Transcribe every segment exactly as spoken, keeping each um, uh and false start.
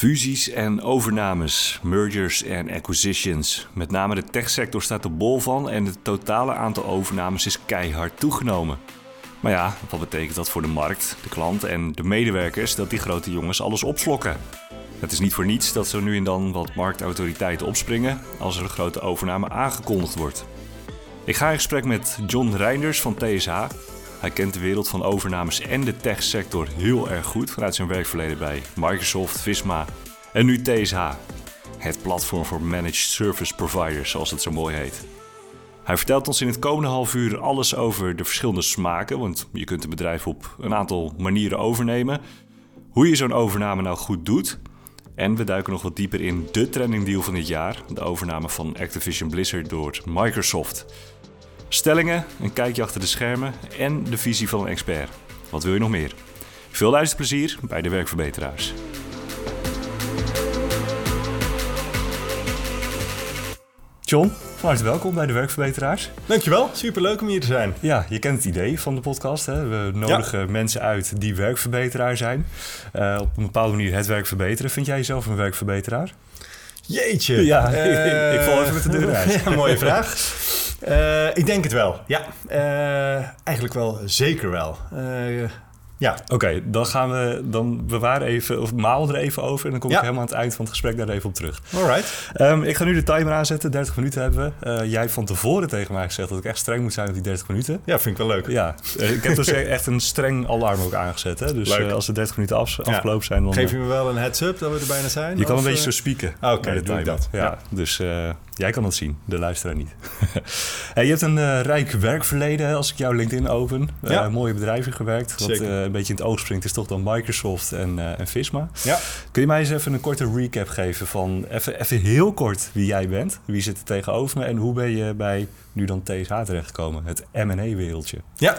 Fusies en overnames, mergers en acquisitions. Met name de techsector staat er bol van en het totale aantal overnames is keihard toegenomen. Maar ja, wat betekent dat voor de markt, de klant en de medewerkers dat die grote jongens alles opslokken? Het is niet voor niets dat zo nu en dan wat marktautoriteiten opspringen als er een grote overname aangekondigd wordt. Ik ga in gesprek met John Reinders van T S H. Hij kent de wereld van overnames en de techsector heel erg goed vanuit zijn werkverleden bij Microsoft, Visma en nu T S H. Het platform voor managed service providers, zoals het zo mooi heet. Hij vertelt ons in het komende half uur alles over de verschillende smaken, want je kunt een bedrijf op een aantal manieren overnemen. Hoe je zo'n overname nou goed doet. En we duiken nog wat dieper in de trending deal van dit jaar, de overname van Activision Blizzard door Microsoft. Stellingen, een kijkje achter de schermen en de visie van een expert. Wat wil je nog meer? Veel luisterplezier bij de werkverbeteraars. John, van harte welkom bij de werkverbeteraars. Dankjewel, superleuk om hier te zijn. Ja, je kent het idee van de podcast. Hè? We nodigen ja. mensen uit die werkverbeteraar zijn. Uh, op een bepaalde manier het werk verbeteren. Vind jij jezelf een werkverbeteraar? Jeetje. Ja, uh, ik, ik val even met de deur uit. Ja, mooie vraag. Uh, ik denk het wel, ja. Uh, eigenlijk wel, zeker wel. Uh, ja. Oké, okay, dan gaan we, dan bewaren even, of maal er even over en dan kom ja. ik helemaal aan het eind van het gesprek daar even op terug. Alright. Um, ik ga nu de timer aanzetten, dertig minuten hebben we. Uh, jij hebt van tevoren tegen mij gezegd dat ik echt streng moet zijn op die dertig minuten. Ja, vind ik wel leuk. Ja, uh, ik heb dus echt een streng alarm ook aangezet. Hè? Dus uh, als de dertig minuten af, afgelopen ja. zijn, dan... Geef je me wel een heads-up dat we er bijna zijn? Je of, kan een uh... beetje zo spieken. Oké, okay, doe ik dat. Ja, ja. Dus uh, jij kan het zien, de luisteraar niet. Hey, je hebt een uh, rijk werkverleden, als ik jouw LinkedIn open. Uh, ja. Mooie bedrijven gewerkt. Wat uh, een beetje in het oog springt is toch dan Microsoft en, uh, en Visma. Ja. Kun je mij eens even een korte recap geven van even, even heel kort wie jij bent? Wie zit er tegenover me en hoe ben je bij nu dan T S H terechtgekomen? Het M en A-wereldje. Ja,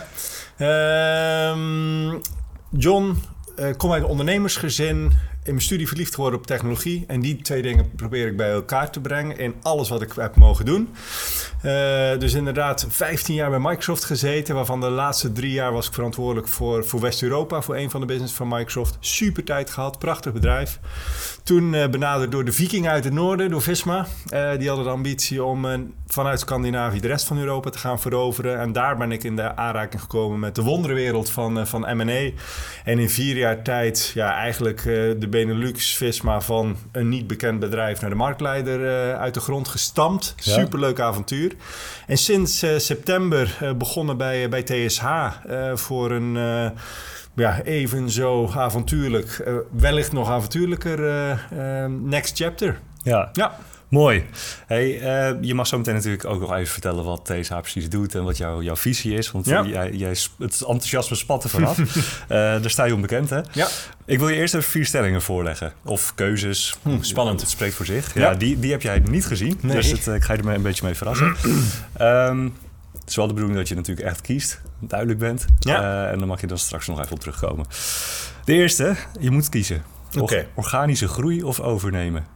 um, John, uh, kom uit een ondernemersgezin. In mijn studie verliefd geworden op technologie. En die twee dingen probeer ik bij elkaar te brengen in alles wat ik heb mogen doen. Uh, dus inderdaad vijftien jaar bij Microsoft gezeten. Waarvan de laatste drie jaar was ik verantwoordelijk voor, voor West-Europa. Voor een van de business van Microsoft. Super tijd gehad, prachtig bedrijf. Toen uh, benaderd door de Viking uit het noorden, door Visma. Uh, die hadden de ambitie om uh, vanuit Scandinavië de rest van Europa te gaan veroveren. En daar ben ik in de aanraking gekomen met de wonderenwereld van, uh, van M en A. En in vier jaar tijd ja, eigenlijk uh, de Benelux Visma van een niet bekend bedrijf naar de marktleider uh, uit de grond gestampt. Ja. Superleuk avontuur. En sinds uh, september uh, begonnen bij, bij T S H uh, voor een uh, ja, even zo avontuurlijk, uh, wellicht nog avontuurlijker uh, uh, next chapter. Ja. Ja. Mooi. Hey, uh, je mag zo meteen natuurlijk ook nog even vertellen wat T S H precies doet en wat jou, jouw visie is. Want ja. jij, jij, het enthousiasme spat er vanaf. uh, daar sta je onbekend, hè? Ja. Ik wil je eerst even vier stellingen voorleggen. Of keuzes. Hm, spannend. Het spreekt voor zich. Ja, ja die, die heb jij niet gezien. Nee. Dus het, ik ga je er een beetje mee verrassen. um, het is wel de bedoeling dat je natuurlijk echt kiest. Duidelijk bent. Ja. Uh, en dan mag je dan straks nog even op terugkomen. De eerste, je moet kiezen. Okay. Organische groei of overnemen?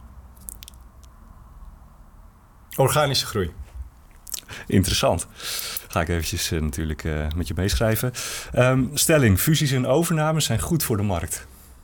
Organische groei. Interessant. Ga ik eventjes uh, natuurlijk uh, met je meeschrijven. Um, stelling, fusies en overnames zijn goed voor de markt.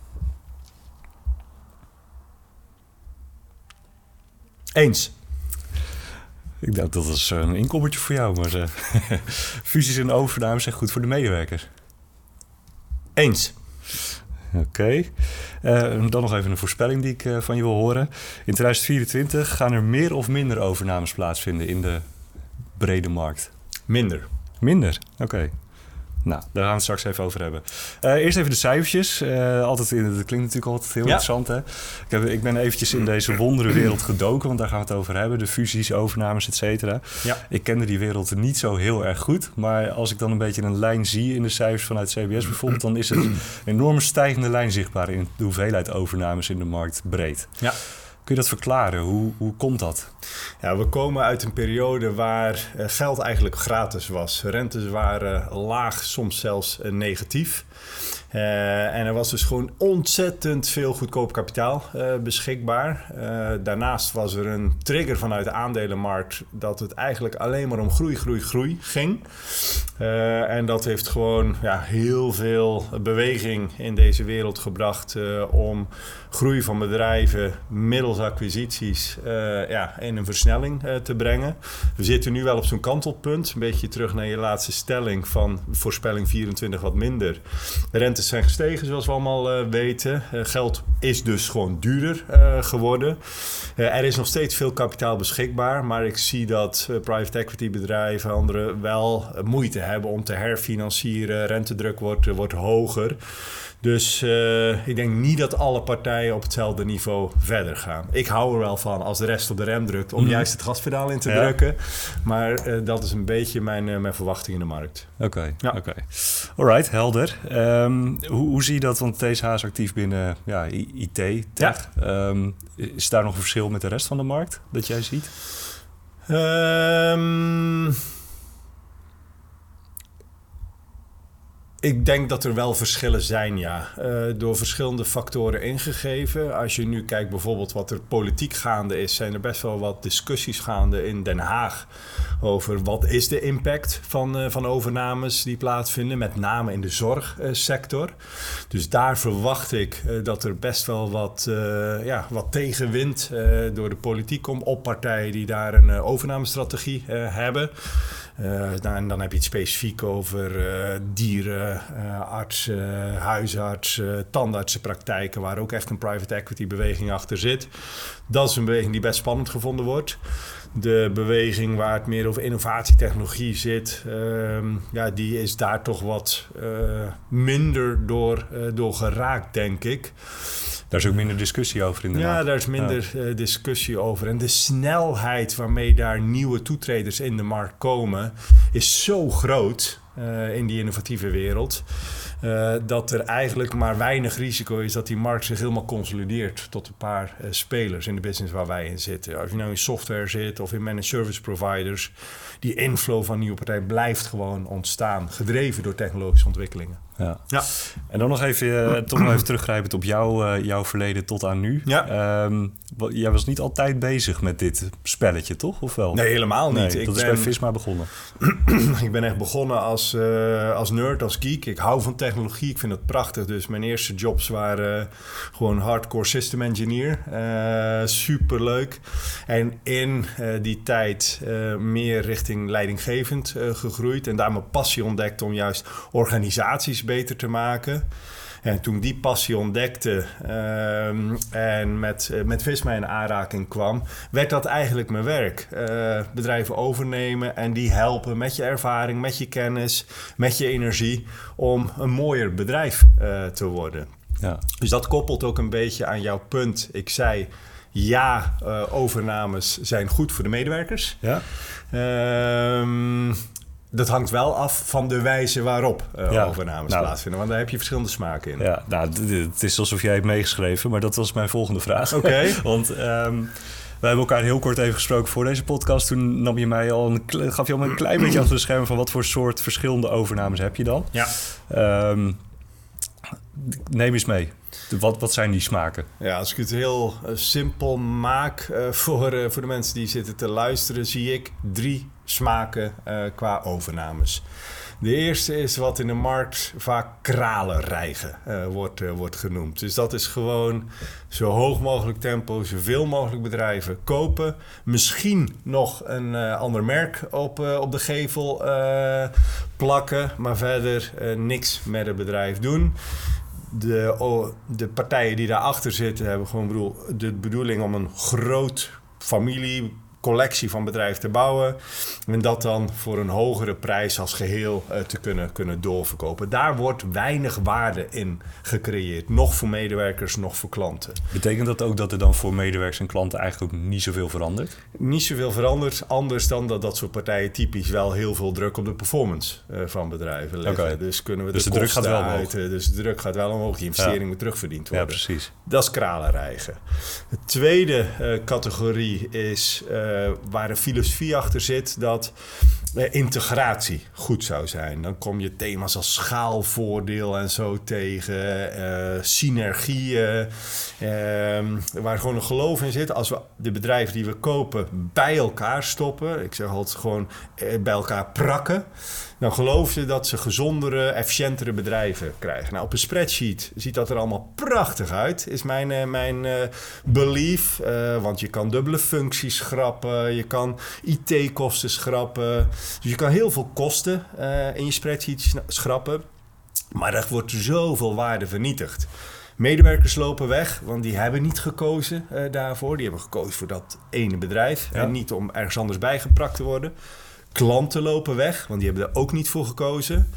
Eens. Ik dacht dat was een inkommertje voor jou, maar uh, fusies en overnames zijn goed voor de medewerkers. Eens. Oké. Okay. Uh, dan nog even een voorspelling die ik uh, van je wil horen. In twintig vierentwintig gaan er meer of minder overnames plaatsvinden in de brede markt? Minder. Minder? Oké. Okay. Nou, daar gaan we het straks even over hebben. Uh, eerst even de cijfertjes. Uh, altijd in, dat klinkt natuurlijk altijd heel ja. interessant. Hè? Ik, heb, ik ben eventjes in deze wonderenwereld gedoken, want daar gaan we het over hebben. De fusies, overnames, et cetera. Ja. Ik kende die wereld niet zo heel erg goed. Maar als ik dan een beetje een lijn zie in de cijfers vanuit C B S bijvoorbeeld, dan is het een enorme stijgende lijn zichtbaar in de hoeveelheid overnames in de markt breed. Ja. Kun je dat verklaren? Hoe, hoe komt dat? Ja, we komen uit een periode waar uh, geld eigenlijk gratis was. Rentes waren laag, soms zelfs uh, negatief. Uh, en er was dus gewoon ontzettend veel goedkoop kapitaal uh, beschikbaar. Uh, daarnaast was er een trigger vanuit de aandelenmarkt dat het eigenlijk alleen maar om groei, groei, groei ging. Uh, en dat heeft gewoon ja, heel veel beweging in deze wereld gebracht uh, om groei van bedrijven middels acquisities uh, ja, in een versnelling uh, te brengen. We zitten nu wel op zo'n kantelpunt. Een beetje terug naar je laatste stelling van voorspelling vierentwintig wat minder. De rentes zijn gestegen, zoals we allemaal uh, weten. Uh, geld is dus gewoon duurder uh, geworden. Uh, er is nog steeds veel kapitaal beschikbaar, maar ik zie dat uh, private equity bedrijven en anderen wel uh, moeite hebben om te herfinancieren. Rentedruk wordt, uh, wordt hoger. Dus uh, ik denk niet dat alle partijen op hetzelfde niveau verder gaan. Ik hou er wel van als de rest op de rem drukt om mm. juist het gaspedaal in te ja. drukken. Maar uh, dat is een beetje mijn, uh, mijn verwachting in de markt. Oké, okay, ja. oké. Okay. Alright, helder. Um, hoe, hoe zie je dat? Want T S H is actief binnen ja, I T, tech. Ja. Um, is daar nog een verschil met de rest van de markt dat jij ziet? Um... Ik denk dat er wel verschillen zijn, ja. Uh, door verschillende factoren ingegeven. Als je nu kijkt bijvoorbeeld wat er politiek gaande is, zijn er best wel wat discussies gaande in Den Haag over wat is de impact van, uh, van overnames die plaatsvinden, met name in de zorgsector. Dus daar verwacht ik uh, dat er best wel wat, uh, ja, wat tegenwind uh, door de politiek komt op partijen die daar een uh, overnamestrategie uh, hebben. Uh, nou, en dan heb je het specifiek over uh, dieren, uh, artsen, huisartsen, tandartsenpraktijken, waar ook echt een private equity beweging achter zit. Dat is een beweging die best spannend gevonden wordt. De beweging waar het meer over innovatietechnologie zit, uh, ja, die is daar toch wat uh, minder door, uh, door geraakt, denk ik. Daar is ook minder discussie over in de Ja, daar is minder ja. uh, discussie over. En de snelheid waarmee daar nieuwe toetreders in de markt komen is zo groot uh, in die innovatieve wereld. Uh, dat er eigenlijk maar weinig risico is dat die markt zich helemaal consolideert tot een paar uh, spelers in de business waar wij in zitten. Als je nou in software zit of in managed service providers, die inflow van nieuwe partijen blijft gewoon ontstaan, gedreven door technologische ontwikkelingen. Ja. ja. En dan nog even, uh, toch nog even teruggrijpend op jou, uh, jouw verleden tot aan nu. Ja. Um, jij was niet altijd bezig met dit spelletje, toch? Of wel? Nee, helemaal niet. Nee, ik dat ben, is bij Visma begonnen. Ik ben echt begonnen als, uh, als nerd, als geek. Ik hou van technologie, ik vind dat prachtig. Dus mijn eerste jobs waren uh, gewoon hardcore system engineer. Uh, superleuk. En in uh, die tijd uh, meer richting leidinggevend uh, gegroeid. En daar mijn passie ontdekt om juist organisaties beter te maken. En toen die passie ontdekte uh, en met, uh, met Visma in aanraking kwam, werd dat eigenlijk mijn werk. Uh, bedrijven overnemen en die helpen met je ervaring, met je kennis, met je energie om een mooier bedrijf uh, te worden. Ja. Dus dat koppelt ook een beetje aan jouw punt. Ik zei, ja, uh, overnames zijn goed voor de medewerkers. Ja. Uh, Dat hangt wel af van de wijze waarop uh, ja, overnames nou, plaatsvinden. Want daar heb je verschillende smaken in. Ja, nou, het is alsof jij hebt meegeschreven, maar dat was mijn volgende vraag. Oké. Okay. Want um, we hebben elkaar heel kort even gesproken voor deze podcast. Toen nam je mij al een, gaf je al een klein beetje achter de schermen van wat voor soort verschillende overnames heb je dan. Ja. Um, neem eens mee. Wat, wat zijn die smaken? Ja, als ik het heel uh, simpel maak uh, voor, uh, voor de mensen die zitten te luisteren, zie ik drie smaken uh, qua overnames. De eerste is wat in de markt vaak kralenrijgen uh, wordt, uh, wordt genoemd. Dus dat is gewoon zo hoog mogelijk tempo, zoveel mogelijk bedrijven kopen. Misschien nog een uh, ander merk op, uh, op de gevel uh, plakken, maar verder uh, niks met het bedrijf doen. De, oh, de partijen die daarachter zitten hebben gewoon bedoel, de bedoeling om een groot familie collectie van bedrijven te bouwen en dat dan voor een hogere prijs als geheel uh, te kunnen, kunnen doorverkopen. Daar wordt weinig waarde in gecreëerd. Nog voor medewerkers, nog voor klanten. Betekent dat ook dat er dan voor medewerkers en klanten eigenlijk ook niet zoveel verandert? Niet zoveel verandert, anders dan dat dat soort partijen typisch wel heel veel druk op de performance uh, van bedrijven leggen. Okay. Dus kunnen we dus de, de druk gaat wel uit, omhoog. Dus de druk gaat wel omhoog. Die investering ja. moet terugverdiend worden. Ja, precies. Dat is kralenrijgen. De tweede uh, categorie is uh, waar een filosofie achter zit dat uh, integratie goed zou zijn. Dan kom je thema's als schaalvoordeel en zo tegen, uh, synergieën, uh, waar gewoon een geloof in zit. Als we de bedrijven die we kopen bij elkaar stoppen, ik zeg altijd gewoon uh, bij elkaar prakken, dan geloven ze dat ze gezondere, efficiëntere bedrijven krijgen. Nou, op een spreadsheet ziet dat er allemaal prachtig uit, is mijn, uh, mijn uh, belief. Uh, want je kan dubbele functies schrappen, je kan I T-kosten schrappen. Dus je kan heel veel kosten uh, in je spreadsheet schrappen. Maar er wordt zoveel waarde vernietigd. Medewerkers lopen weg, want die hebben niet gekozen uh, daarvoor. Die hebben gekozen voor dat ene bedrijf. Ja. En niet om ergens anders bijgeprakt te worden. Klanten lopen weg, want die hebben er ook niet voor gekozen.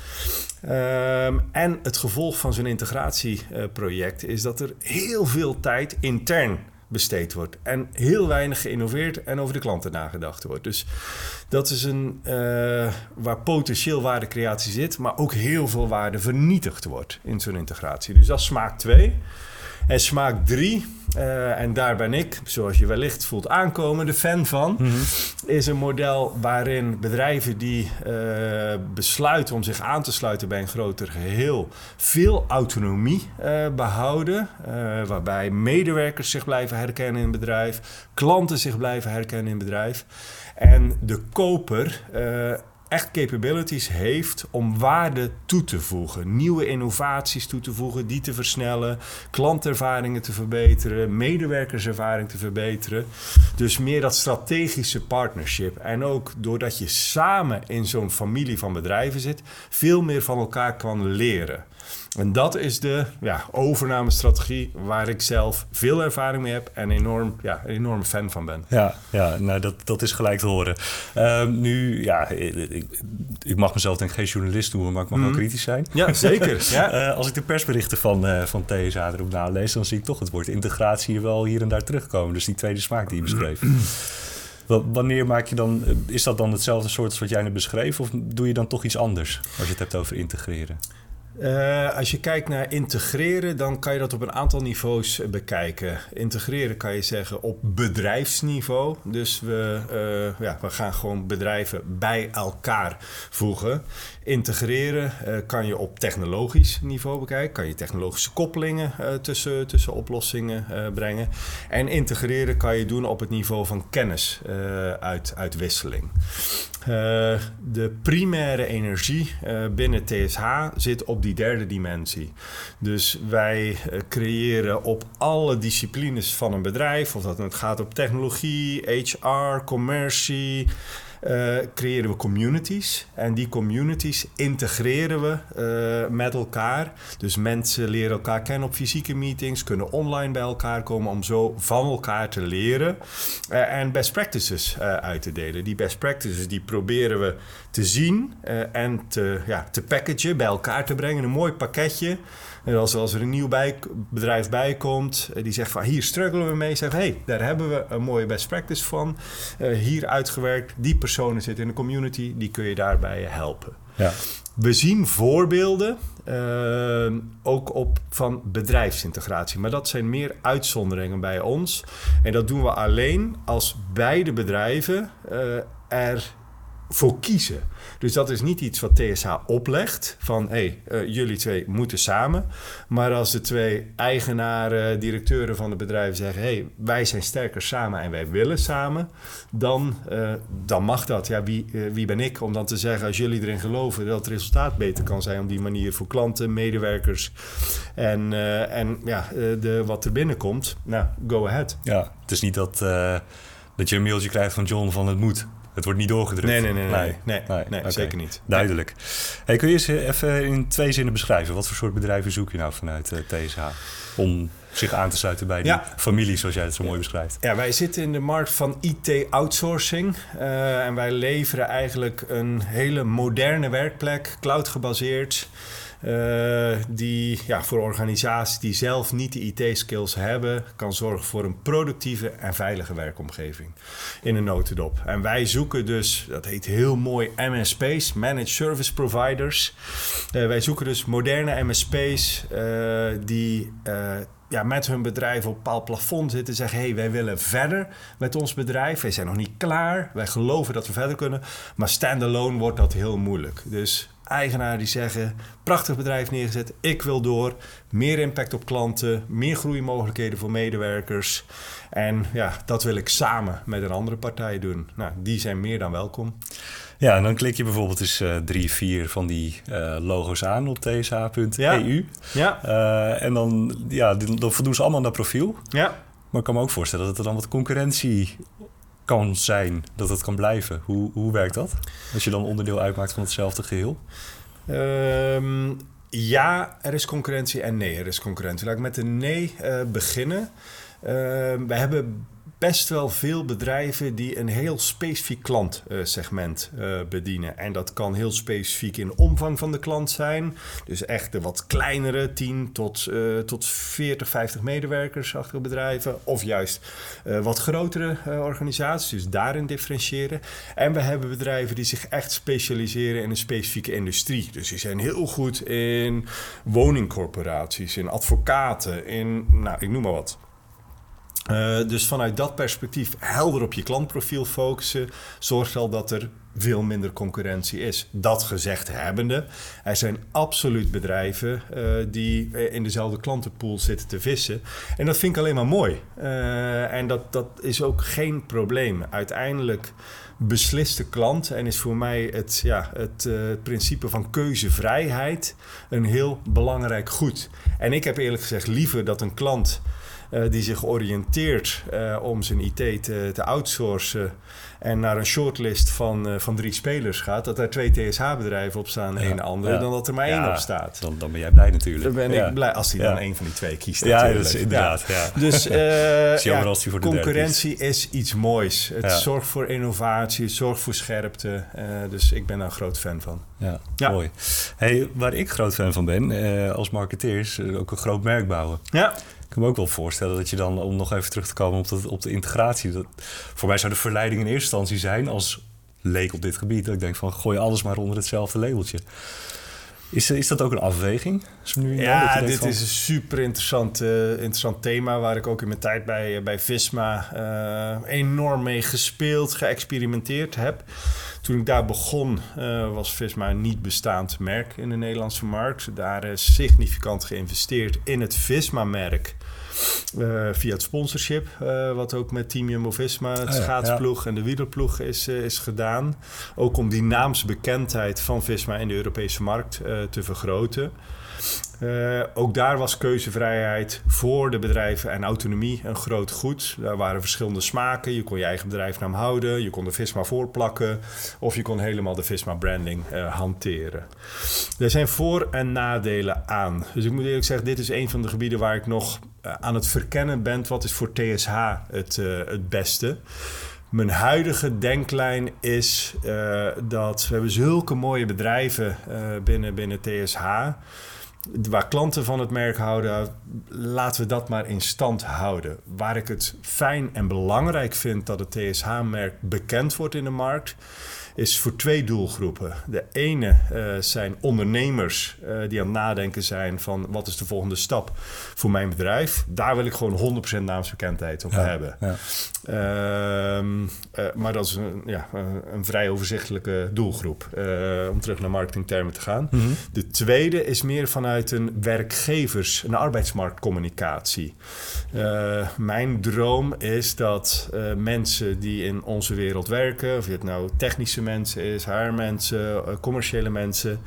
Um, en het gevolg van zo'n integratieproject uh, is dat er heel veel tijd intern besteed wordt. En heel weinig geïnnoveerd en over de klanten nagedacht wordt. Dus dat is een uh, waar potentieel waardecreatie zit, maar ook heel veel waarde vernietigd wordt in zo'n integratie. Dus dat is smaak twee. En smaak drie, uh, en daar ben ik, zoals je wellicht voelt aankomen, de fan van, mm-hmm. is een model waarin bedrijven die uh, besluiten om zich aan te sluiten bij een groter geheel veel autonomie uh, behouden. Uh, waarbij medewerkers zich blijven herkennen in het bedrijf, klanten zich blijven herkennen in het bedrijf. En de koper Uh, echt capabilities heeft om waarde toe te voegen. Nieuwe innovaties toe te voegen, die te versnellen, klantervaringen te verbeteren, medewerkerservaring te verbeteren. Dus meer dat strategische partnership. En ook doordat je samen in zo'n familie van bedrijven zit, veel meer van elkaar kan leren. En dat is de ja, overnamestrategie waar ik zelf veel ervaring mee heb en enorm, ja, een enorme fan van ben. Ja, ja nou dat, dat is gelijk te horen. Uh, nu, ja, ik, ik mag mezelf denk ik geen journalist noemen, maar ik mag mm. wel kritisch zijn. Ja, zeker. Ja. uh, als ik de persberichten van, uh, van T S A erop nalees, dan zie ik toch het woord integratie wel hier en daar terugkomen. Dus die tweede smaak die je beschreef. Wanneer maak je dan, is dat dan hetzelfde soort als wat jij net beschreef, of doe je dan toch iets anders als je het hebt over integreren? Uh, als je kijkt naar integreren, dan kan je dat op een aantal niveaus bekijken. Integreren kan je zeggen op bedrijfsniveau. Dus we, uh, ja, we gaan gewoon bedrijven bij elkaar voegen. Integreren uh, kan je op technologisch niveau bekijken. Kan je technologische koppelingen uh, tussen, tussen oplossingen uh, brengen. En integreren kan je doen op het niveau van kennis uh, uit, uitwisseling. Uh, de primaire energie uh, binnen T S H zit op die derde dimensie. Dus wij uh, creëren op alle disciplines van een bedrijf, of dat het gaat op technologie, H R, commercie, Uh, creëren we communities. En die communities integreren we uh, met elkaar. Dus mensen leren elkaar kennen op fysieke meetings, kunnen online bij elkaar komen om zo van elkaar te leren uh, en best practices uh, uit te delen. Die best practices die proberen we te zien uh, en te, ja, te packagen, bij elkaar te brengen. Een mooi pakketje. En als, als er een nieuw bij, bedrijf bij komt, uh, die zegt van hier struggelen we mee, zegt hé, hey, daar hebben we een mooie best practice van. Uh, hier uitgewerkt, die personen zitten in de community, die kun je daarbij helpen. Ja. We zien voorbeelden uh, ook op van bedrijfsintegratie, maar dat zijn meer uitzonderingen bij ons. En dat doen we alleen als beide bedrijven uh, er voor kiezen. Dus dat is niet iets wat T S H oplegt van hé, hey, uh, jullie twee moeten samen. Maar als de twee eigenaren, directeuren van het bedrijf zeggen hé, hey, wij zijn sterker samen en wij willen samen, dan, uh, dan mag dat. Ja, wie, uh, wie ben ik om dan te zeggen als jullie erin geloven dat het resultaat beter kan zijn op die manier voor klanten, medewerkers en, uh, en ja, uh, de, wat er binnenkomt. Nou, go ahead. Ja, het is niet dat, uh, dat je een mailtje krijgt van John van het moet. Het wordt niet doorgedrukt. Nee, nee, nee, nee, nee, nee, nee, nee okay. Zeker niet. Duidelijk. Hey, kun je eens even in twee zinnen beschrijven? Wat voor soort bedrijven zoek je nou vanuit uh, T S H om zich aan te sluiten bij die ja. familie, zoals jij het zo mooi beschrijft? Ja, wij zitten in de markt van I T-outsourcing. Uh, en wij leveren eigenlijk een hele moderne werkplek, cloud gebaseerd. Uh, die ja, voor organisaties die zelf niet de I T-skills hebben, kan zorgen voor een productieve en veilige werkomgeving in een notendop. En wij zoeken dus, dat heet heel mooi M S P's, Managed Service Providers. Uh, wij zoeken dus moderne M S P's uh, die uh, ja, met hun bedrijf op een bepaald plafond zitten... en zeggen, hé, hey, wij willen verder met ons bedrijf. Wij zijn nog niet klaar. Wij geloven dat we verder kunnen. Maar standalone wordt dat heel moeilijk. Dus eigenaren die zeggen, prachtig bedrijf neergezet. Ik wil door. Meer impact op klanten. Meer groeimogelijkheden voor medewerkers. En ja, dat wil ik samen met een andere partij doen. Nou, die zijn meer dan welkom. Ja, en dan klik je bijvoorbeeld eens uh, drie, vier van die uh, logo's aan op t s h punt e u. Ja. Ja. Uh, en dan, ja, dan voldoen ze allemaal aan dat profiel. Ja. Maar ik kan me ook voorstellen dat er dan wat concurrentie kan zijn, dat het kan blijven. Hoe, hoe werkt dat? Als je dan onderdeel uitmaakt van hetzelfde geheel? Um, ja, er is concurrentie en nee, er is concurrentie. Laat ik met de nee uh, beginnen. Uh, we hebben best wel veel bedrijven die een heel specifiek klantsegment uh, bedienen. En dat kan heel specifiek in omvang van de klant zijn. Dus echt de wat kleinere, tien tot, uh, tot veertig, vijftig medewerkersachtige bedrijven. Of juist uh, wat grotere uh, organisaties, dus daarin differentiëren. En we hebben bedrijven die zich echt specialiseren in een specifieke industrie. Dus die zijn heel goed in woningcorporaties, in advocaten, in, nou, ik noem maar wat. Uh, dus vanuit dat perspectief helder op je klantprofiel focussen, zorgt al dat er veel minder concurrentie is. Dat gezegd hebbende, er zijn absoluut bedrijven uh, die in dezelfde klantenpool zitten te vissen. En dat vind ik alleen maar mooi. Uh, en dat, dat is ook geen probleem. Uiteindelijk beslist de klant en is voor mij het, ja, het uh, principe van keuzevrijheid een heel belangrijk goed. En ik heb eerlijk gezegd liever dat een klant Uh, die zich oriënteert uh, om zijn I T te, te outsourcen en naar een shortlist van, uh, van drie spelers gaat, dat er twee T S H-bedrijven op staan en ja, een andere, ja. dan dat er maar ja, één op staat. Dan, dan ben jij blij natuurlijk. Dan ben ja. ik blij als hij ja. dan één van die twee kiest. Ja, natuurlijk. dat is inderdaad. Ja. Ja. Dus uh, is jammer als die voor de concurrentie is. is iets moois. Het ja. zorgt voor innovatie, het zorgt voor scherpte. Uh, dus ik ben daar een groot fan van. Ja, ja. Mooi. Hey, waar ik groot fan van ben, uh, als marketeer, is uh, ook een groot merk bouwen. Ja. Ik kan me ook wel voorstellen dat je dan, om nog even terug te komen op de, op de integratie. Dat, voor mij zou de verleiding in eerste instantie zijn als leek op dit gebied. Dat ik denk van, gooi alles maar onder hetzelfde labeltje. Is, is dat ook een afweging? Nu ja, dat dit van... is een super interessant, uh, interessant thema waar ik ook in mijn tijd bij, bij Visma uh, enorm mee gespeeld, geëxperimenteerd heb. Toen ik daar begon uh, was Visma een niet bestaand merk in de Nederlandse markt. Daar is significant geïnvesteerd in het Visma-merk. Uh, via het sponsorship, uh, wat ook met Team Jumbo-Visma, het ah, ja, schaatsploeg ja. en de wielerploeg is, uh, is gedaan. Ook om die naamsbekendheid van Visma in de Europese markt uh, te vergroten. Uh, ook daar was keuzevrijheid voor de bedrijven en autonomie een groot goed. Daar waren verschillende smaken. Je kon je eigen bedrijfnaam houden, je kon de Visma voorplakken of je kon helemaal de Visma branding uh, hanteren. Er zijn voor- en nadelen aan. Dus ik moet eerlijk zeggen, dit is een van de gebieden waar ik nog uh, aan het verkennen ben. Wat is voor T S H het, uh, het beste? Mijn huidige denklijn is uh, dat we hebben zulke mooie bedrijven uh, binnen, binnen T S H. Waar klanten van het merk houden, laten we dat maar in stand houden. Waar ik het fijn en belangrijk vind dat het T S H-merk bekend wordt in de markt, is voor twee doelgroepen. De ene uh, zijn ondernemers uh, die aan het nadenken zijn van wat is de volgende stap voor mijn bedrijf. Daar wil ik gewoon honderd procent naamsbekendheid op ja, hebben. Ja. Uh, uh, maar dat is een, ja, een vrij overzichtelijke doelgroep uh, om terug naar marketingtermen te gaan. Mm-hmm. De tweede is meer vanuit een werkgevers- en arbeidsmarktcommunicatie. Uh, mijn droom is dat uh, mensen die in onze wereld werken, of je het nou technische mensen is, H R-mensen, commerciële mensen,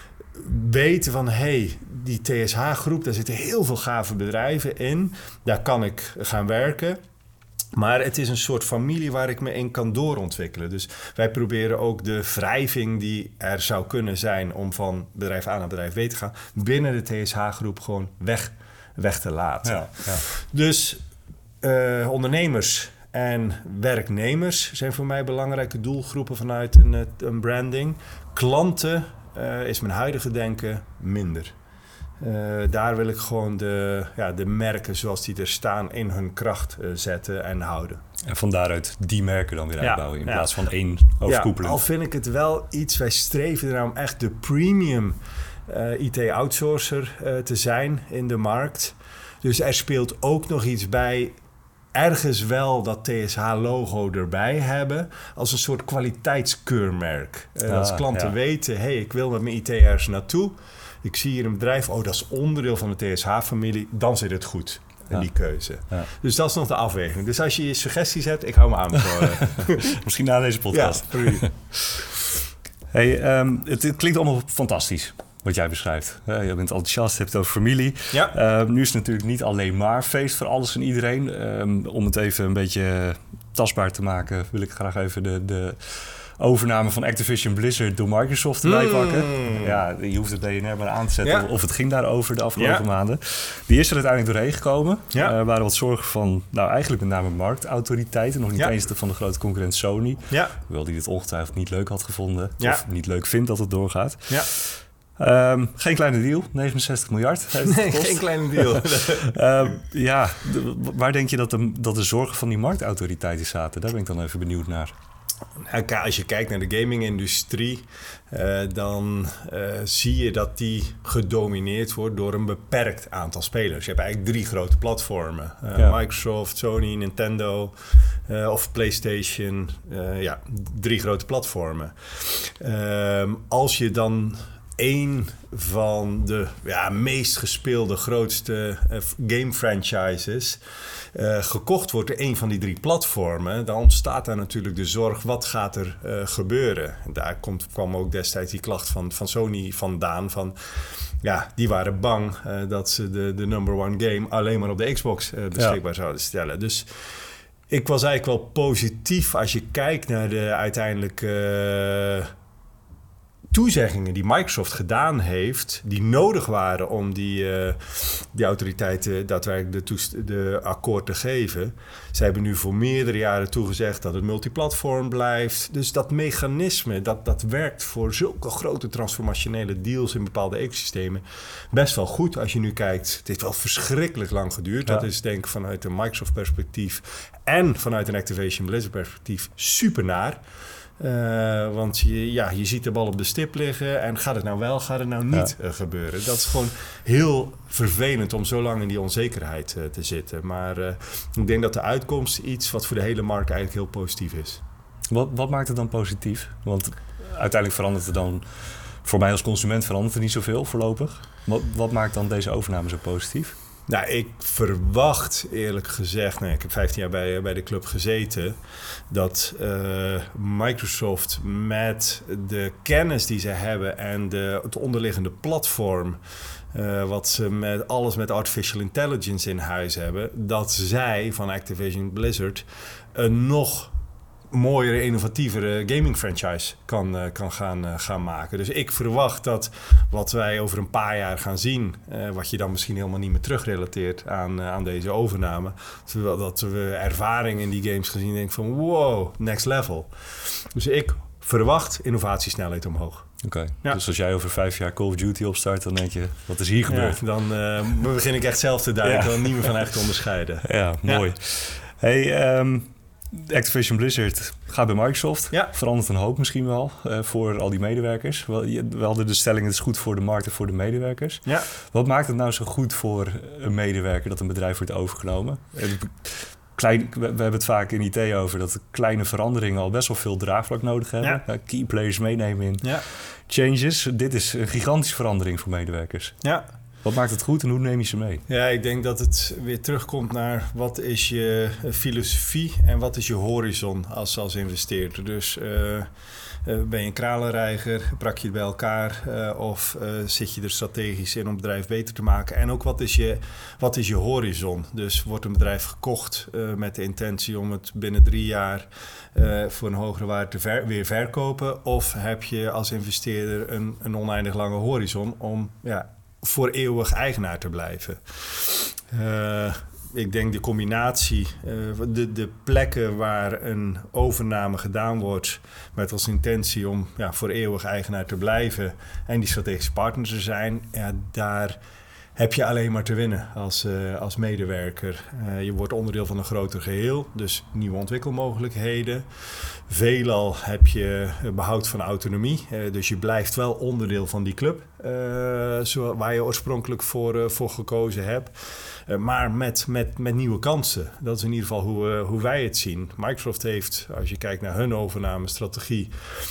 weten van, hé, hey, die T S H-groep, daar zitten heel veel gave bedrijven in. Daar kan ik gaan werken. Maar het is een soort familie waar ik me in kan doorontwikkelen. Dus wij proberen ook de wrijving die er zou kunnen zijn om van bedrijf A naar bedrijf B te gaan, binnen de T S H-groep gewoon weg, weg te laten. Ja, ja. Dus uh, ondernemers en werknemers zijn voor mij belangrijke doelgroepen vanuit een, een branding. Klanten uh, is mijn huidige denken minder. Uh, daar wil ik gewoon de, ja, de merken zoals die er staan in hun kracht uh, zetten en houden. En van daaruit die merken dan weer ja, uitbouwen in ja. plaats van één overkoepelend. Ja, al vind ik het wel iets, wij streven er om echt de premium uh, I T-outsourcer uh, te zijn in de markt. Dus er speelt ook nog iets bij. Ergens wel dat T S H-logo erbij hebben als een soort kwaliteitskeurmerk. Uh, ah, als klanten ja. weten, hé, hey, ik wil met mijn I T ergens naartoe. Ik zie hier een bedrijf, oh, dat is onderdeel van de T S H-familie. Dan zit het goed, ja. die keuze. Ja. Dus dat is nog de afweging. Dus als je je suggesties hebt, ik hou me aan. Misschien na deze podcast. Ja, hey, um, het, het klinkt allemaal fantastisch. Wat jij beschrijft. Uh, je bent enthousiast, je hebt het over familie. Ja. Uh, nu is het natuurlijk niet alleen maar feest voor alles en iedereen. Um, om het even een beetje tastbaar te maken, wil ik graag even de, de overname van Activision Blizzard door Microsoft erbij mm. pakken. Ja, je hoeft het D N R maar aan te zetten. Ja. Of het ging daarover de afgelopen ja. maanden. Die is er uiteindelijk doorheen gekomen. Ja. Er uh, waren wat zorgen van, nou eigenlijk met name marktautoriteiten. Nog niet ja. eens van de grote concurrent Sony. Ja. Hoewel die dit ongetwijfeld niet leuk had gevonden. Ja. Of niet leuk vindt dat het doorgaat. Ja. Um, geen kleine deal, negenenzestig miljard heeft het nee, gekost. geen kleine deal. uh, ja, de, waar denk je dat de, dat de zorgen van die marktautoriteiten zaten? Daar ben ik dan even benieuwd naar. Nou, als je kijkt naar de gaming-industrie, uh, dan uh, zie je dat die gedomineerd wordt door een beperkt aantal spelers. Je hebt eigenlijk drie grote platformen. Uh, ja. Microsoft, Sony, Nintendo uh, of PlayStation. Uh, ja, drie grote platformen. Uh, als je dan één van de ja, meest gespeelde, grootste uh, game franchises uh, gekocht wordt door één van die drie platformen, dan ontstaat daar natuurlijk de zorg, wat gaat er uh, gebeuren? En daar komt, kwam ook destijds die klacht van, van Sony vandaan, van ja, die waren bang uh, dat ze de, de number one game alleen maar op de Xbox uh, beschikbaar ja. zouden stellen. Dus ik was eigenlijk wel positief als je kijkt naar de uiteindelijke uh, toezeggingen die Microsoft gedaan heeft, die nodig waren om die, uh, die autoriteiten daadwerkelijk de, toest- de akkoord te geven. Ze hebben nu voor meerdere jaren toegezegd dat het multiplatform blijft. Dus dat mechanisme, dat, dat werkt voor zulke grote transformationele deals in bepaalde ecosystemen best wel goed. Als je nu kijkt, het heeft wel verschrikkelijk lang geduurd. Ja. Dat is denk ik vanuit een Microsoft perspectief en vanuit een Activision Blizzard perspectief super naar. Uh, want je, ja, je ziet de bal op de stip liggen en gaat het nou wel, gaat het nou niet ja. uh, gebeuren. Dat is gewoon heel vervelend om zo lang in die onzekerheid uh, te zitten. Maar uh, ik denk dat de uitkomst iets wat voor de hele markt eigenlijk heel positief is. Wat, wat maakt het dan positief? Want uiteindelijk verandert het dan, voor mij als consument verandert er niet zoveel voorlopig. Wat, wat maakt dan deze overname zo positief? Nou, ik verwacht eerlijk gezegd, nou, ik heb vijftien jaar bij, bij de club gezeten, dat uh, Microsoft met de kennis die ze hebben en de, het onderliggende platform, uh, wat ze met alles met artificial intelligence in huis hebben, dat zij van Activision Blizzard een nog mooiere, innovatievere gaming franchise kan, uh, kan gaan, uh, gaan maken. Dus ik verwacht dat wat wij over een paar jaar gaan zien, uh, wat je dan misschien helemaal niet meer terugrelateert aan, uh, aan deze overname, terwijl dat we ervaring in die games gezien denken van wow, next level. Dus ik verwacht innovatiesnelheid omhoog. Oké, okay. ja. Dus als jij over vijf jaar Call of Duty opstart, dan denk je, wat is hier gebeurd? Ja, dan uh, begin ik echt zelf te duiken, ja. dan niet meer van echt te onderscheiden. Ja, mooi. Ja. Hey, um, Activision Blizzard gaat bij Microsoft. Ja. Verandert een hoop misschien wel uh, voor al die medewerkers. We, we hadden de stelling, het is goed voor de markt en voor de medewerkers. Ja. Wat maakt het nou zo goed voor een medewerker dat een bedrijf wordt overgenomen? Klein, we, we hebben het vaak in I T over dat kleine veranderingen al best wel veel draagvlak nodig hebben. Ja. Uh, key players meenemen in ja. changes. Dit is een gigantische verandering voor medewerkers. Ja. Wat maakt het goed en hoe neem je ze mee? Ja, ik denk dat het weer terugkomt naar wat is je filosofie en wat is je horizon als, als investeerder. Dus uh, uh, ben je een kralenreiger, prak je het bij elkaar uh, of uh, zit je er strategisch in om het bedrijf beter te maken? En ook wat is je, wat is je horizon? Dus wordt een bedrijf gekocht uh, met de intentie om het binnen drie jaar uh, voor een hogere waarde te ver, weer verkopen? Of heb je als investeerder een, een oneindig lange horizon om ja, voor eeuwig eigenaar te blijven? Uh, ik denk de combinatie, uh, de, de plekken waar een overname gedaan wordt met als intentie om ja, voor eeuwig eigenaar te blijven en die strategische partner te zijn, ja, daar heb je alleen maar te winnen als, uh, als medewerker. Uh, je wordt onderdeel van een groter geheel, dus nieuwe ontwikkelmogelijkheden. Veelal heb je behoud van autonomie, uh, dus je blijft wel onderdeel van die club. uh, zo, waar je oorspronkelijk voor, uh, voor gekozen hebt. Uh, maar met, met, met nieuwe kansen. Dat is in ieder geval hoe, uh, hoe wij het zien. Microsoft heeft, als je kijkt naar hun overnamestrategie,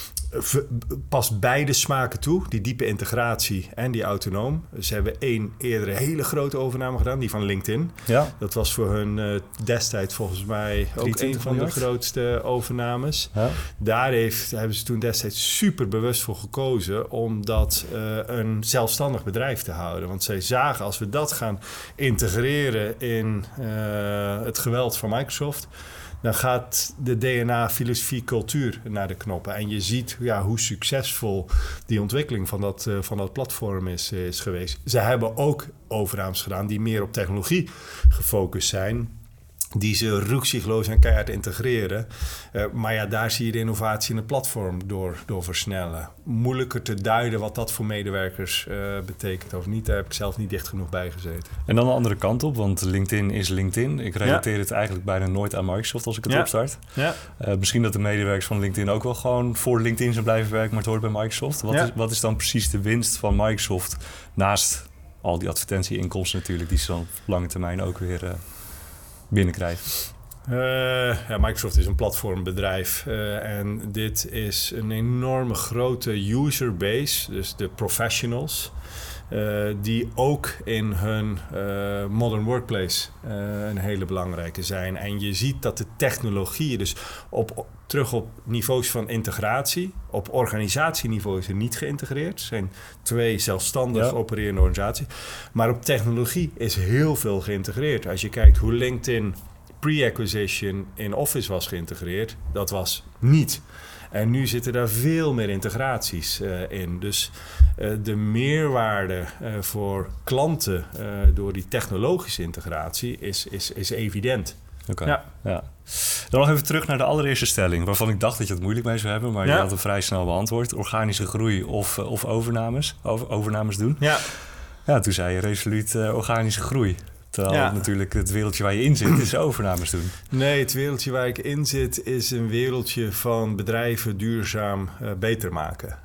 past beide smaken toe. Die diepe integratie en die autonoom. Ze hebben één eerdere hele grote overname gedaan, die van LinkedIn. Ja. Dat was voor hun uh, destijds volgens mij ook een van de grootste overnames. Ja. Daar heeft, hebben ze toen destijds super bewust voor gekozen om dat uh, een zelfstandig bedrijf te houden. Want zij zagen, als we dat gaan integreren in uh, het geweld van Microsoft, dan gaat de D N A, filosofie, cultuur naar de knoppen. En je ziet ja, hoe succesvol die ontwikkeling van dat, uh, van dat platform is, is geweest. Ze hebben ook overnames gedaan die meer op technologie gefocust zijn, die ze rukzichtloos en keihard integreren. Uh, maar ja, daar zie je de innovatie in het platform door, door versnellen. Moeilijker te duiden wat dat voor medewerkers uh, betekent of niet. Daar heb ik zelf niet dicht genoeg bij gezeten. En dan de andere kant op, want LinkedIn is LinkedIn. Ik relateer ja. het eigenlijk bijna nooit aan Microsoft als ik het ja. opstart. Ja. Uh, misschien dat de medewerkers van LinkedIn ook wel gewoon voor LinkedIn zijn blijven werken, maar het hoort bij Microsoft. Wat, ja. is, wat is dan precies de winst van Microsoft naast al die advertentieinkomsten natuurlijk, die ze dan op lange termijn ook weer Uh, binnenkrijgen? Uh, ja, Microsoft is een platformbedrijf uh, en dit is een enorme grote user base, dus de professionals, uh, die ook in hun uh, modern workplace uh, een hele belangrijke zijn. En je ziet dat de technologieën dus op, op terug op niveaus van integratie. Op organisatieniveau is er niet geïntegreerd. Er zijn twee zelfstandig ja. opererende organisaties. Maar op technologie is heel veel geïntegreerd. Als je kijkt hoe LinkedIn pre-acquisition in Office was geïntegreerd, dat was niet. En nu zitten daar veel meer integraties uh, in. Dus uh, de meerwaarde uh, voor klanten uh, door die technologische integratie is, is, is evident. Oké, okay. ja. ja. Dan nog even terug naar de allereerste stelling, waarvan ik dacht dat je het moeilijk mee zou hebben, maar ja. je had hem vrij snel beantwoord. Organische groei of, of overnames, over, overnames doen. Ja. Ja, toen zei je resoluut uh, organische groei. Terwijl ja. natuurlijk het wereldje waar je in zit is overnames doen. Nee, het wereldje waar ik in zit is een wereldje van bedrijven duurzaam uh, beter maken.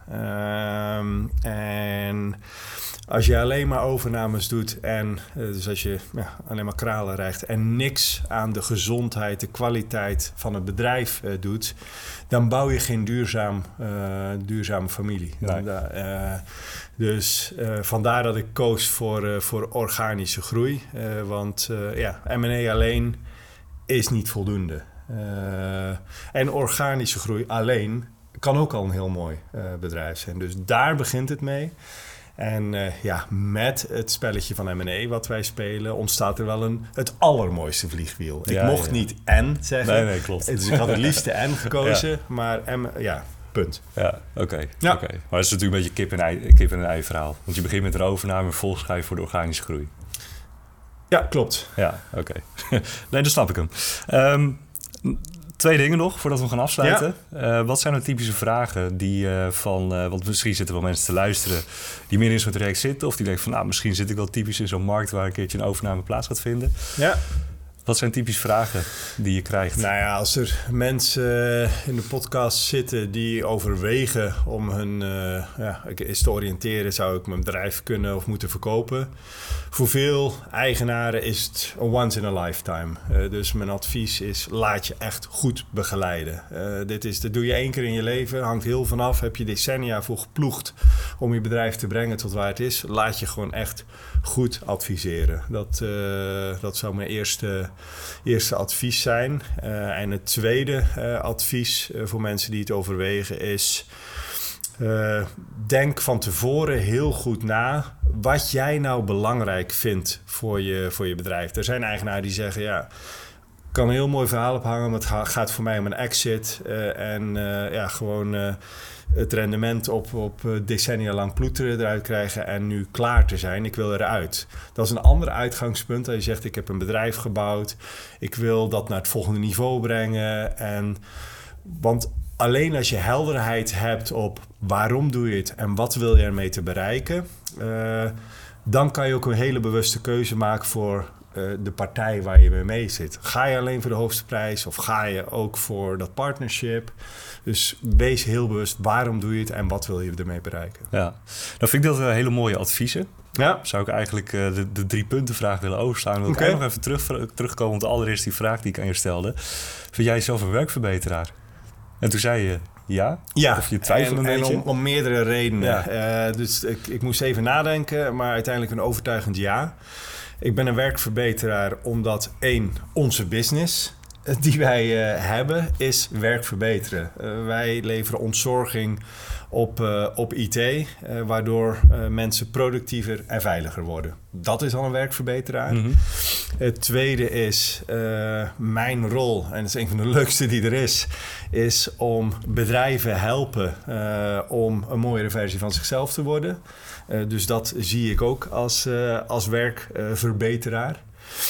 Um, en als je alleen maar overnames doet en uh, dus als je ja, alleen maar kralen rijgt en niks aan de gezondheid, de kwaliteit van het bedrijf uh, doet, dan bouw je geen duurzaam, uh, duurzame familie. Nee. Dan, uh, dus uh, vandaar dat ik koos voor, uh, voor organische groei. Uh, want uh, ja, M en A alleen is niet voldoende. Uh, en organische groei alleen kan ook al een heel mooi uh, bedrijf zijn. Dus daar begint het mee. En uh, ja, met het spelletje van M en A wat wij spelen, ontstaat er wel een, het allermooiste vliegwiel. Ik ja, mocht ja. niet en zeggen. Nee, nee, klopt. Dus ik had het liefste en gekozen, ja. maar M, ja, punt. Ja, oké. Okay, ja. okay. Maar dat is natuurlijk een beetje kip en ei, kip en een ei verhaal. Want je begint met een overname en vervolgens ga je voor de organische groei. Ja, klopt. Ja, oké. Okay. Nee, dan snap ik hem. Um, Twee dingen nog, voordat we gaan afsluiten. Ja. Uh, wat zijn nou typische vragen die uh, van... Uh, want misschien zitten wel mensen te luisteren die meer in zo'n traject zitten, of die denken van, nou, misschien zit ik wel typisch in zo'n markt waar een keertje een overname plaats gaat vinden. Ja. Wat zijn typische vragen die je krijgt? Nou ja, als er mensen in de podcast zitten die overwegen om hun uh, ja, eens te oriënteren, zou ik mijn bedrijf kunnen of moeten verkopen. Voor veel eigenaren is het een once in a lifetime. Uh, dus mijn advies is, laat je echt goed begeleiden. Uh, dit is, dat doe je één keer in je leven, hangt heel vanaf. Heb je decennia voor geploegd om je bedrijf te brengen tot waar het is. Laat je gewoon echt goed adviseren. Dat, uh, dat zou mijn eerste, eerste advies zijn. Uh, en het tweede uh, advies uh, voor mensen die het overwegen is, Uh, denk van tevoren heel goed na wat jij nou belangrijk vindt voor je, voor je bedrijf. Er zijn eigenaren die zeggen, ja, ik kan een heel mooi verhaal ophangen, maar het gaat voor mij om een exit. Uh, en uh, ja, gewoon uh, het rendement op, op decennia lang ploeteren eruit krijgen en nu klaar te zijn. Ik wil eruit. Dat is een ander uitgangspunt. Als je zegt, ik heb een bedrijf gebouwd, ik wil dat naar het volgende niveau brengen. En, want alleen als je helderheid hebt op waarom doe je het en wat wil je ermee te bereiken, uh, dan kan je ook een hele bewuste keuze maken voor uh, de partij waar je mee mee zit. Ga je alleen voor de hoogste prijs of ga je ook voor dat partnership? Dus wees heel bewust, waarom doe je het en wat wil je ermee bereiken? Ja, dan vind ik dat uh, hele mooie adviezen. Ja. Zou ik eigenlijk uh, de, de drie punten vraag willen overslaan. Wil okay. ik nog even terug, terugkomen op de allereerste die vraag die ik aan je stelde. Vind jij jezelf een werkverbeteraar? En toen zei je ja? Ja, of je twijfelde een en, beetje? En om, om meerdere redenen. Ja. Uh, dus ik, ik moest even nadenken, maar uiteindelijk een overtuigend ja. Ik ben een werkverbeteraar omdat één, onze business die wij uh, hebben is werk verbeteren. Uh, wij leveren ontzorging op, uh, op I T, uh, waardoor uh, mensen productiever en veiliger worden. Dat is al een werkverbeteraar. Mm-hmm. Het tweede is uh, mijn rol, en dat is een van de leukste die er is, is om bedrijven helpen uh, om een mooiere versie van zichzelf te worden. Uh, dus dat zie ik ook als, uh, als werkverbeteraar.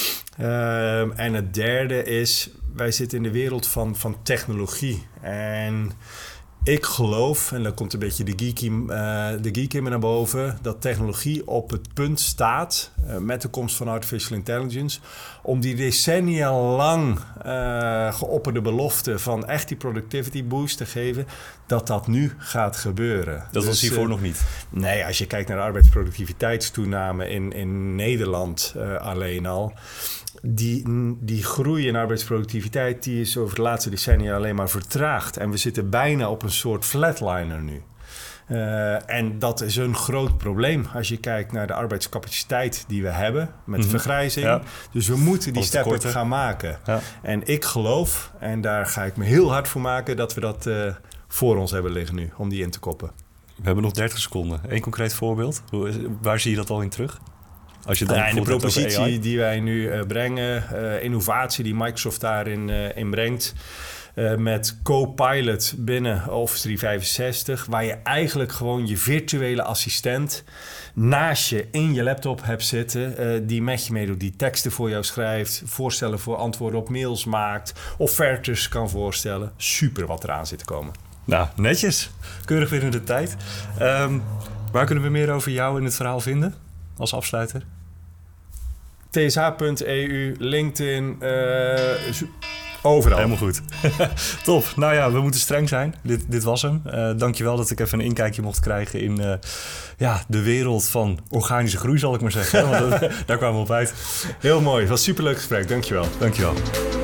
Uh, en het derde is, wij zitten in de wereld van, van technologie. En ik geloof, en dan komt een beetje de geek in, uh, de geek in me naar boven, dat technologie op het punt staat, uh, met de komst van artificial intelligence, om die decennia lang uh, geopperde belofte van echt die productivity boost te geven, dat dat nu gaat gebeuren. Dat was dus, hiervoor uh, nog niet? Nee, als je kijkt naar de arbeidsproductiviteitstoename in, in Nederland uh, alleen al, Die, die groei in arbeidsproductiviteit die is over de laatste decennia alleen maar vertraagd. En we zitten bijna op een soort flatliner nu. Uh, en dat is een groot probleem als je kijkt naar de arbeidscapaciteit die we hebben met mm-hmm. vergrijzing. Ja. Dus we moeten die step up gaan maken. Ja. En ik geloof, en daar ga ik me heel hard voor maken, dat we dat uh, voor ons hebben liggen nu, om die in te koppen. We hebben nog dertig seconden. Eén concreet voorbeeld. Waar zie je dat al in terug? Als je dan ja, de propositie die wij nu uh, brengen, uh, innovatie die Microsoft daarin uh, in brengt, uh, met Copilot binnen Office driehonderdvijfenzestig, waar je eigenlijk gewoon je virtuele assistent naast je in je laptop hebt zitten, uh, die met je meedoet, die teksten voor jou schrijft, voorstellen voor antwoorden op mails maakt, offertes kan voorstellen. Super wat eraan zit te komen. Nou, netjes. Keurig weer in de tijd. Um, waar kunnen we meer over jou in het verhaal vinden? Als afsluiter? T S H punt E U, LinkedIn, uh, overal. Helemaal goed. Top. Nou ja, we moeten streng zijn. Dit, dit was hem. Uh, dankjewel dat ik even een inkijkje mocht krijgen in uh, ja, de wereld van organische groei, zal ik maar zeggen. Want dat, daar kwamen we op uit. Heel mooi. Het was een superleuk gesprek. Dankjewel. Dankjewel.